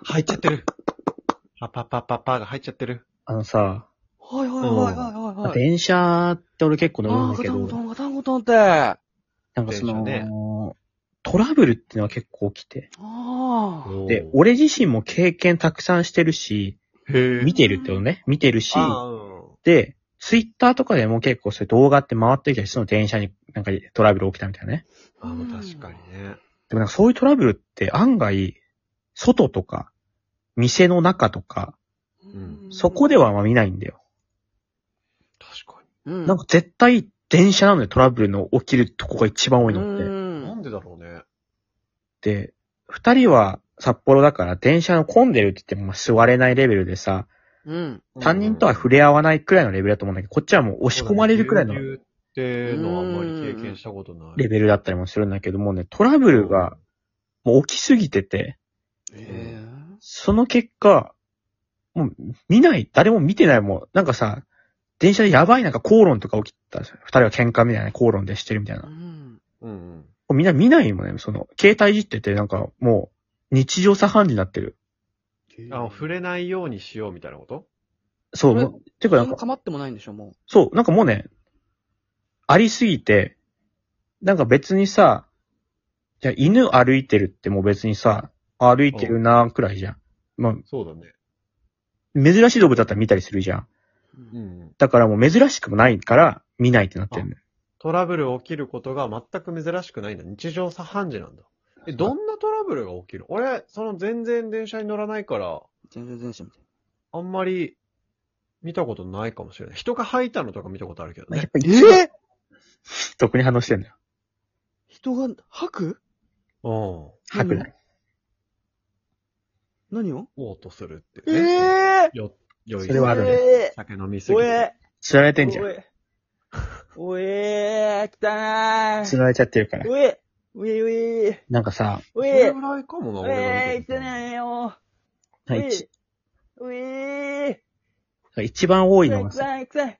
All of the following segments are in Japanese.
入っちゃってる。パパパパパが入っちゃってる。 さ、 はいはいはいはいはい。 電車って俺結構乗るんだけど、 ガタンゴトンって。 なんか電車ねトラブルっていうのは結構起きて。で、俺自身も経験たくさんしてるし、見てるってことね。見てるし、で、ツイッターとかでも結構そういう動画って回ってきたり、その電車になんかトラブル起きたみたいなね。 確かにね。 でもなんかそういうトラブルって案外、外とか、店の中とか、そこでは見ないんだよ。 確かなんか絶対電車なのでトラブルの起きるとこが一番多いのって。 に。なんでだろうね。 で、二人は札幌だから電車の混んでるって言っても座れないレベルでさ、他人とは触れ合わないくらいのレベルだと思うんだけど、こっちはもう押し込まれるくらいのぎゅうぎゅうってのはあんまり経験したことない。 レベルだったりもするんだけどもね、トラブルがもう起きすぎてて、その結果、もう見ない、誰も見てないもん。なんかさ、電車でやばいなんか口論とか起きた。二人は喧嘩みたいな口論でしてるみたいな。みんな見ないもんね。その、携帯いじっててなんかもう日常茶飯事になってる。 触れないようにしようみたいなこと？ そう、てかなんか、 かまってもないんでしょ、もう。 そう、なんかもうね、ありすぎて、なんか別にさ、じゃあ犬歩いてるってもう別にさ、歩いてるなーくらいじゃん。まあ、 そうだね。 珍しい動物だったら見たりするじゃん。だからもう珍しくもないから見ないってなってるんだよ。 トラブル起きることが全く珍しくないんだ。日常茶飯事なんだ。どんなトラブルが起きる？俺、全然電車に乗らないから、 全然電車みたいあんまり見たことないかもしれない。人が吐いたのとか見たことあるけどね。 やっぱ一番特に反応してんだよ。 人が吐く？ 吐くない。 何を？ 嘔吐するってね。酔いそれはあるね。 酒飲みすぎて。 釣られてんじゃん。 おえー、汚い。 釣られちゃってるから。なんかさ、 それぐらいかもな、俺が見てるの。 汚いよ。 一番多いのがさ、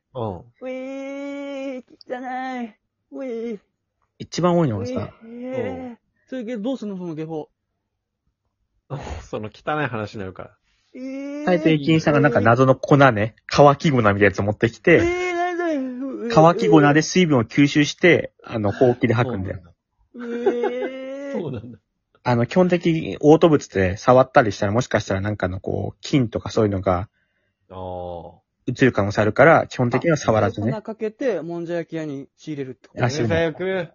一番多いのがさ、 それけどどうすんのその下法。 その汚い話になるから。 大抵駅員さんがなんか謎の粉ね、乾き粉みたいなやつ持ってきて、乾き粉で水分を吸収して、ほうきで吐くんだよ。 そうなんだ。 基本的に嘔吐物って触ったりしたらもしかしたらなんかの菌とかそういうのが、移る可能性あるから、基本的には触らずね。 粉かけて、もんじゃ焼き屋に仕入れるってこと。 最悪。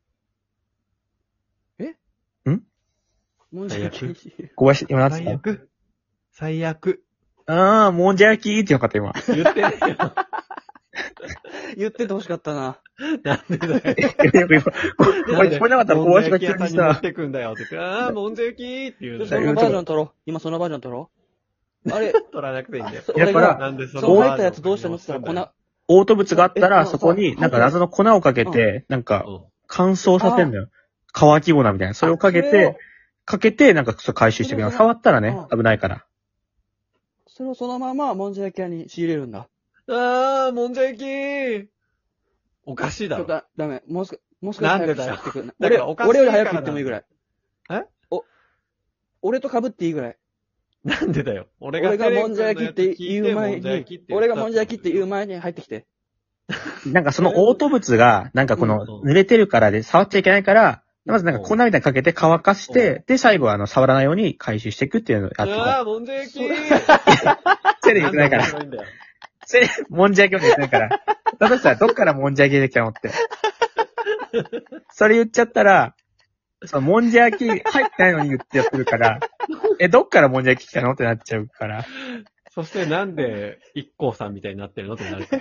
もんじゃ焼きに仕入れる。 小林、今なんつった？ 最悪。 もんじゃ焼きってよかった今。 言ってねえよ。 言っててほしかったな。 なんでだよ。 これ聞こえなかったら小林が急にさ。 持ってくんだよって言って、もんじゃ焼きって言うの。 そのバージョン撮ろう。今そのバージョン撮ろう。あれ撮らなくていいんだよ。 だから、 なんでその入ったやつどうしたのって言ったら嘔吐物があったら、そこになんか謎の粉をかけて、なんか、乾燥させんだよ。乾き粉みたいな。それをかけて、なんか回収してくる。触ったらね、危ないから。 それをそのままもんじゃ焼き屋に仕入れるんだ。 もんじゃ焼きおかしいだろ。 ダメ。もう少しなんでだよ。 俺より早く言ってもいいぐらい。俺と被っていいぐらい。 なんでだよ。俺がもんじゃ焼きって言う前に、俺がもんじゃ焼きって言う前に入ってきて。 なんかその嘔吐物が、なんかこの濡れてるからで触っちゃいけないから、まずなんか粉みたいにかけて乾かして、で最後は触らないように回収していくっていうのをやってた。 もんじゃ焼きセレ言ってないから。もんじゃ焼きも言ってないから。だとしたらどっからもんじゃ焼き出てきたのって。それ言っちゃったら、もんじゃ焼き入ってないのに言ってやってるから、どっからもんじゃ焼き来たのってなっちゃうから。 そしてなんで、一光さんみたいになってるのってなるから。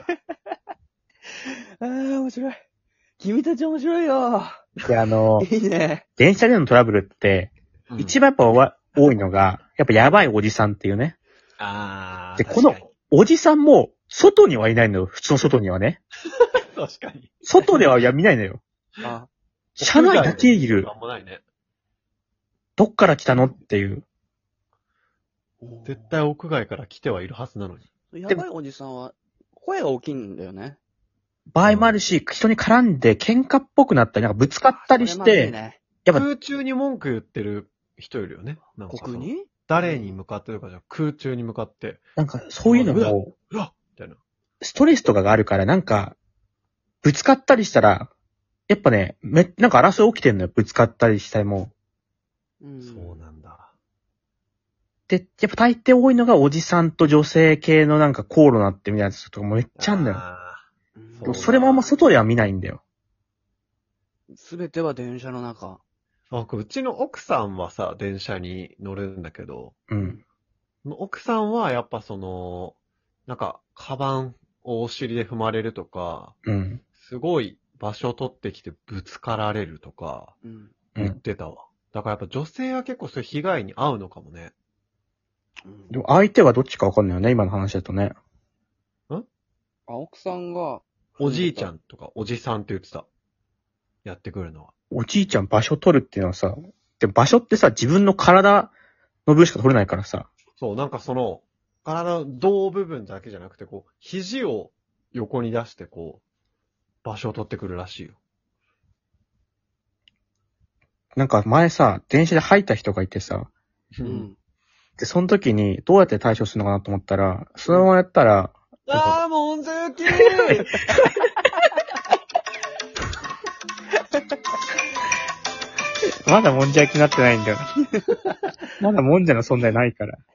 面白い。君たち面白いよ。 で、 いいね。 電車でのトラブルって、一番やっぱ多いのが、やっぱやばいおじさんっていうね。で、このおじさんも、外にはいないのよ。普通の外にはね。 確かに。 外では見ないのよ。車内だけいる。どっから来たのっていう。 絶対屋外から来てはいるはずなのに。 やばいおじさんは、声が大きいんだよね。 場合もあるし、人に絡んで喧嘩っぽくなったり、なんかぶつかったりして、 やっぱ空中に文句言ってる人いるよね。 国に？ 誰に向かってるかじゃ空中に向かって、 なんか、そういうのも、 うわっみたいな。 ストレスとかがあるから、なんか、ぶつかったりしたら、やっぱね、なんか争い起きてんのよ、ぶつかったりしたりも。 そうなんだ。 で、やっぱ大抵多いのがおじさんと女性系のなんか口論なってみたいなやつとかもめっちゃあんだよ。でもそれもあんま外では見ないんだよ。 すべては電車の中。 うちの奥さんはさ、電車に乗るんだけど、 うん。 奥さんはやっぱなんか、カバンをお尻で踏まれるとか、 うん。 すごい場所取ってきてぶつかられるとか、言ってたわ。だからやっぱ女性は結構そういう被害に遭うのかもね。 でも相手はどっちかわかんないよね、今の話だとね。 奥さんが、 おじいちゃんとかおじさんって言ってた。やってくるのは。 おじいちゃん場所取るっていうのはさ、でも場所ってさ、自分の体の部分しか取れないからさ。 そう、なんか体の胴部分だけじゃなくて、肘を横に出して場所を取ってくるらしいよ。 なんか前さ、電車で吐いた人がいてさ、で、その時にどうやって対処するのかなと思ったら、そのままやったら、 もんじゃ焼きまだもんじゃ焼きになってないんだよ。まだもんじゃの存在ないから。